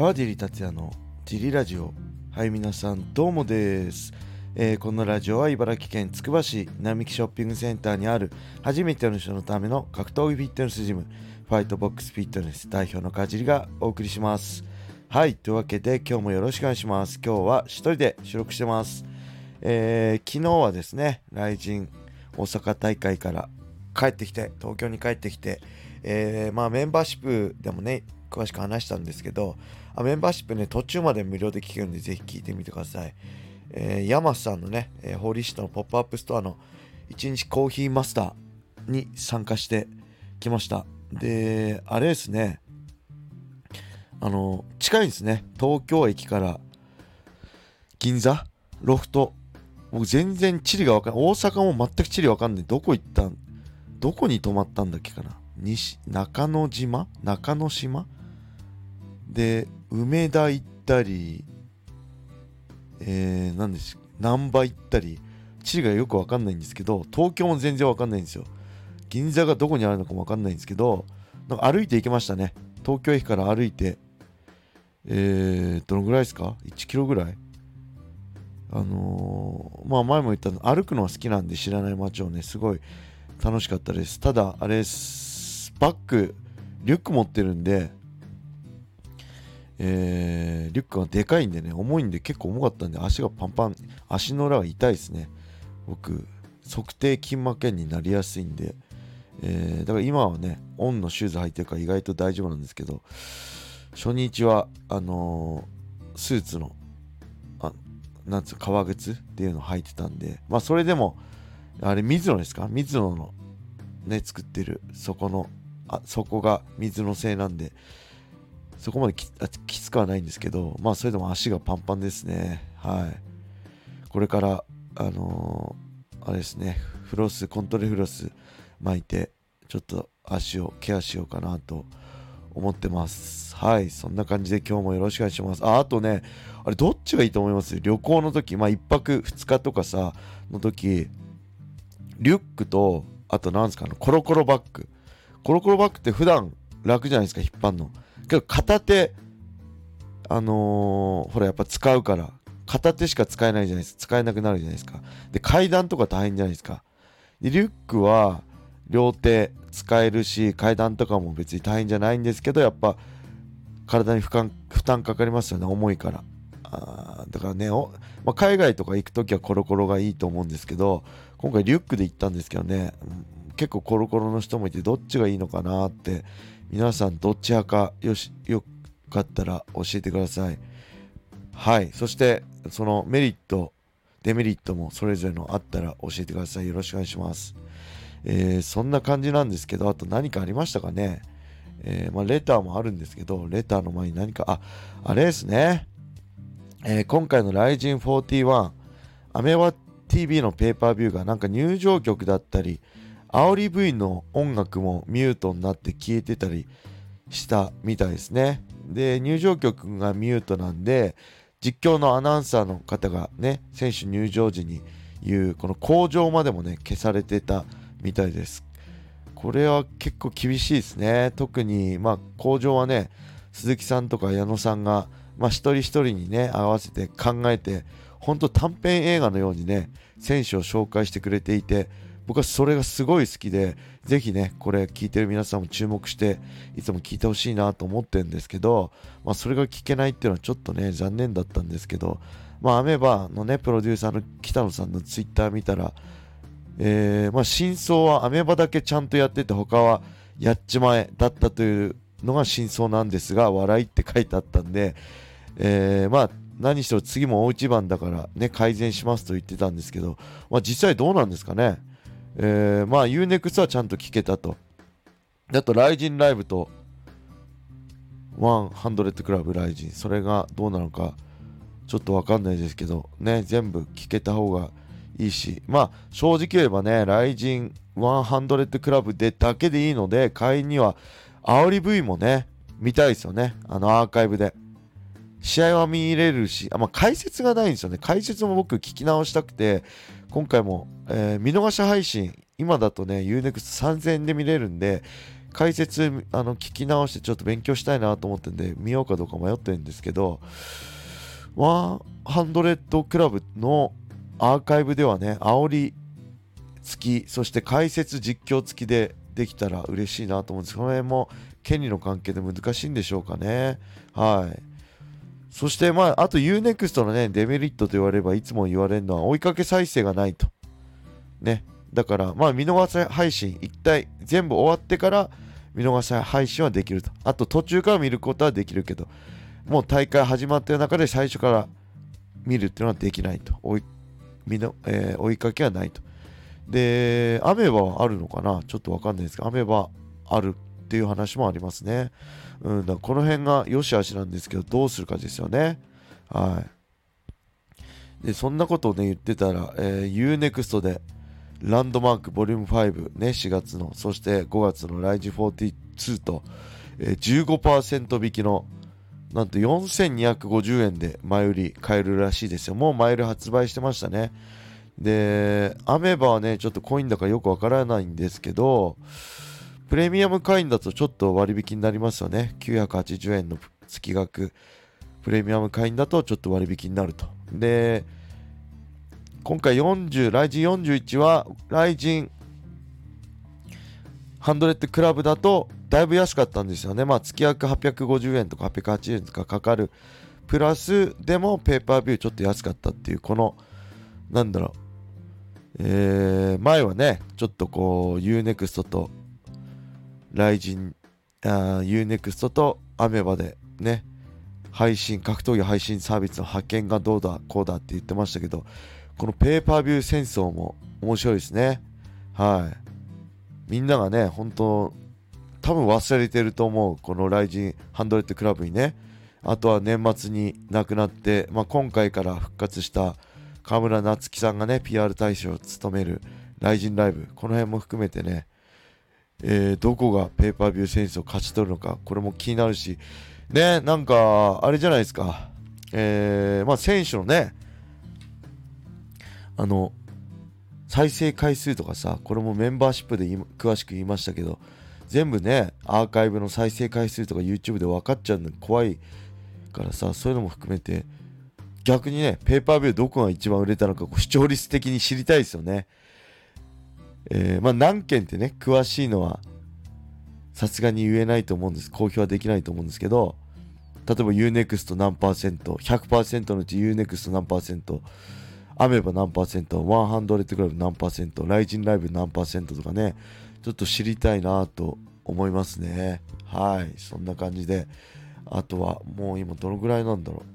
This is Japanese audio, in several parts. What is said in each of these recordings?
川尻達也のジリラジオ。はい、皆さんどうもです。このラジオは茨城県つくば市並木ショッピングセンターにある初めての人のための格闘技フィットネスジム、ファイトボックスフィットネス代表の川尻がお送りします。はい、というわけで今日もよろしくお願いします。今日は一人で収録してます。昨日はですね、ライジン大阪大会から東京に帰ってきて、メンバーシップでもね詳しく話したんですけど、メンバーシップね途中まで無料で聞けるんでぜひ聞いてみてください。山さんのね、ホーリーシットのポップアップストアの1日コーヒーマスターに参加してきました。で、あれですね、近いんですね。東京駅から銀座ロフト、僕全然地理が分かんない。大阪も全く地理分かんない。どこに泊まったんだっけかな。中之島で梅田行ったり、難波行ったり、地理がよく分かんないんですけど、東京も全然分かんないんですよ。銀座がどこにあるのかも分かんないんですけど、なんか歩いて行けましたね。東京駅から歩いて、どのぐらいですか？ 1 キロぐらい。前も言ったの、歩くのは好きなんで知らない街をね、すごい楽しかったです。ただ、あれ、リュック持ってるんで、リュックがでかいんでね、重いんで結構重かったんで、足がパンパン、足の裏が痛いですね。僕、測定筋膜炎になりやすいんで、だから今はね、オンのシューズ履いてるから意外と大丈夫なんですけど、初日は、スーツの、革靴っていうのを履いてたんで、それでも、あれ、ミズノですか？ミズノのね、作ってる、そこが水のせいなんで、そこまできつくはないんですけど、それでも足がパンパンですね。はい。これから、あれですね、コントレフロス巻いて、ちょっと足をケアしようかなと思ってます。はい。そんな感じで今日もよろしくお願いします。あとね、あれどっちがいいと思います？旅行の時、1泊2日とかさ、の時、リュックと、あとなんですか、コロコロバッグ。コロコロバッグって普段楽じゃないですか、引っ張るの。けど片手、ほらやっぱ使うから、片手しか使えないじゃないですか。使えなくなるじゃないですか。で、階段とか大変じゃないですか。で、リュックは両手使えるし、階段とかも別に大変じゃないんですけど、やっぱ体に負担かかりますよね、重いから。だからね、海外とか行くときはコロコロがいいと思うんですけど、今回リュックで行ったんですけどね、結構コロコロの人もいてどっちがいいのかなって、皆さんどっち派かよかったら教えてください。はい。そしてそのメリットデメリットもそれぞれのあったら教えてください。よろしくお願いします。そんな感じなんですけど、あと何かありましたかね。レターもあるんですけど、レターの前に何かあれですね。今回の RIZIN41 アメワ TV のペーパービューがなんか入場曲だったり煽り V の音楽もミュートになって消えてたりしたみたいですね。で、入場曲がミュートなんで、実況のアナウンサーの方がね、選手入場時に言うこの口上までもね消されてたみたいです。これは結構厳しいですね。特に口上はね、鈴木さんとか矢野さんが一人一人にね合わせて考えて、本当短編映画のようにね選手を紹介してくれていて、僕はそれがすごい好きで、ぜひねこれ聞いてる皆さんも注目していつも聞いてほしいなと思ってるんですけど、それが聞けないっていうのはちょっとね残念だったんですけど、アメバのねプロデューサーの北野さんのツイッター見たら、真相はアメバだけちゃんとやってて他はやっちまえだったというのが真相なんですが、笑いって書いてあったんで、何しろ次も大一番だからね改善しますと言ってたんですけど、実際どうなんですかね。UNEXT はちゃんと聞けたと。あとライジンライブと100クラブライジン、それがどうなのかちょっとわかんないですけどね、全部聞けた方がいいし、正直言えばね、ライジン100クラブでだけでいいので、会員には煽り V もね見たいですよね。アーカイブで試合は見れるし、解説がないんですよね。解説も僕聞き直したくて、今回も、見逃し配信今だとね UNEXT 3000円で見れるんで、 解説聞き直してちょっと勉強したいなと思ってんで見ようかどうか迷ってるんですけど、100クラブのアーカイブではね、煽り付き、そして解説実況付きでできたら嬉しいなと思うんです。この辺も権利の関係で難しいんでしょうかね。はい。そしてあと UNEXT のね、デメリットと言われればいつも言われるのは追いかけ再生がないと。ね。だから見逃し配信、一体全部終わってから見逃し配信はできると。あと途中から見ることはできるけど、もう大会始まってる中で最初から見るっていうのはできないと。追いかけはないと。で、アメバはあるのかな、ちょっとわかんないですが、アメバあるっていう話もありますね。だからこの辺が良し悪しなんですけど、どうするかですよね。はい。で、そんなことをね、言ってたら、UNEXT で、ランドマークボリューム5ね、4月の、そして5月のライジ42と、15% 引きの、なんと4250円で前売り買えるらしいですよ。もう前売り発売してましたね。で、アメバはね、ちょっとコインだからよくわからないんですけど、プレミアム会員だとちょっと割引になりますよね。980円の月額。プレミアム会員だとちょっと割引になると。で、今回ライジン41は、ライジン100クラブだとだいぶ安かったんですよね。月額850円とか880円とかかかる。プラス、でもペーパービューちょっと安かったっていう、この、なんだろう。前はね、ちょっとこう、UNEXT と、ライジン、UNEXT とアメバでね、格闘技配信サービスの派遣がどうだ、こうだって言ってましたけど、このペーパービュー戦争も面白いですね。はい。みんながね、本当多分忘れてると思う、このライジン100クラブにね。あとは年末に亡くなって、今回から復活した河村夏樹さんがね、PR 大使を務めるライジンライブ、この辺も含めてね、どこがペーパービュー戦争を勝ち取るのか、これも気になるし、ね、なんか、あれじゃないですか、選手のね、再生回数とかさ、これもメンバーシップで詳しく言いましたけど、全部ね、アーカイブの再生回数とか YouTube で分かっちゃうの怖いからさ、そういうのも含めて、逆にね、ペーパービューどこが一番売れたのか、視聴率的に知りたいですよね。何件ってね、詳しいのは、さすがに言えないと思うんです。公表はできないと思うんですけど、例えば UNEXT 何%、100% のうち UNEXT 何%、アメバ何%、100クラブ何%、ライジンライブ何%とかね、ちょっと知りたいなと思いますね。はい、そんな感じで。あとは、もう今どのぐらいなんだろう。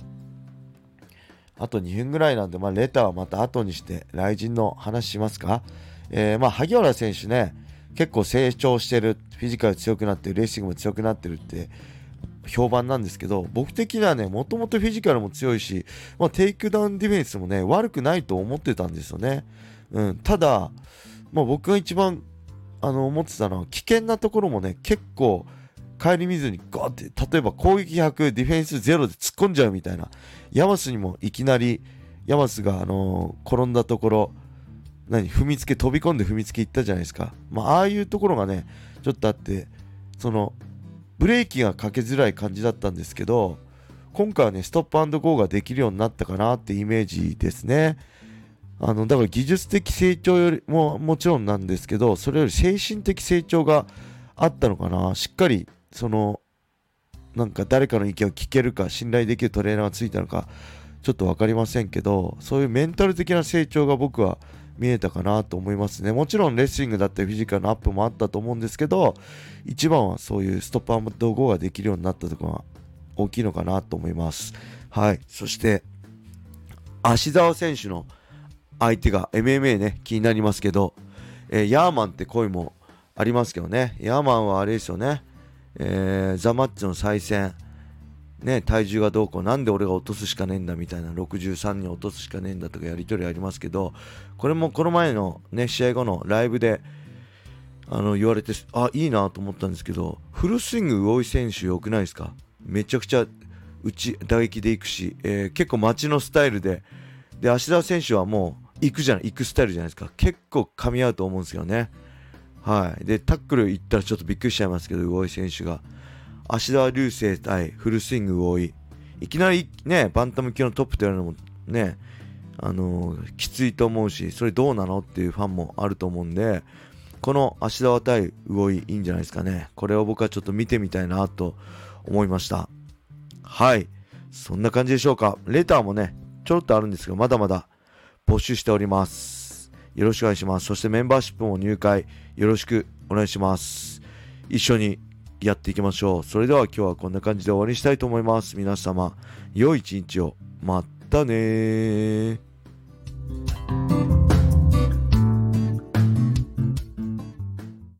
あと2分ぐらいなんで、レターはまた後にして、ライジンの話しますか。萩原選手ね、結構成長してる、フィジカル強くなってる、レーシングも強くなってるって評判なんですけど、僕的にはね、もともとフィジカルも強いし、テイクダウンディフェンスもね、悪くないと思ってたんですよね。ただ、僕が一番思ってたのは、危険なところもね、結構顧みずにガーって、例えば攻撃100、ディフェンス0で突っ込んじゃうみたいな、ヤマスにもいきなり、ヤマスが転んだところ、飛び込んで踏みつけいったじゃないですか。ああいうところがね、ちょっとあって、ブレーキがかけづらい感じだったんですけど、今回はね、ストップ&ゴーができるようになったかなってイメージですね。だから技術的成長よりももちろんなんですけど、それより精神的成長があったのかな。しっかり、なんか誰かの意見を聞けるか、信頼できるトレーナーがついたのか、ちょっと分かりませんけど、そういうメンタル的な成長が僕は見えたかなと思いますね。もちろんレスリングだったりフィジカルのアップもあったと思うんですけど、一番はそういうストップ&ゴーができるようになったところが大きいのかなと思います。はい。そして、芦澤選手の相手が MMA ね、気になりますけど、ヤーマンって声もありますけどね、ヤーマンはあれですよね、ザ・マッチの再戦、ね、体重がどうこう、なんで俺が落とすしかねえんだみたいな、63に落とすしかねえんだとかやり取りありますけど、これもこの前のね、試合後のライブで言われて、いいなと思ったんですけど、フルスイング魚井選手良くないですか。めちゃくちゃ打撃でいくし、結構街のスタイルで、芦田選手はもう行くスタイルじゃないですか。結構噛み合うと思うんですよね。 はい。で、タックル行ったらちょっとびっくりしちゃいますけど、魚井選手が。芦田流星対フルスイング魚井。いきなりね、バンタム級のトップとやるのもね、きついと思うし、それどうなのっていうファンもあると思うんで、この芦田対魚井いいんじゃないですかね。これを僕はちょっと見てみたいなと思いました。はい。そんな感じでしょうか。レターもね、ちょろっとあるんですが、まだまだ募集しております。よろしくお願いします。そしてメンバーシップも入会よろしくお願いします。一緒にやっていきましょう。それでは今日はこんな感じで終わりにしたいと思います。皆様、良い一日を。またねー。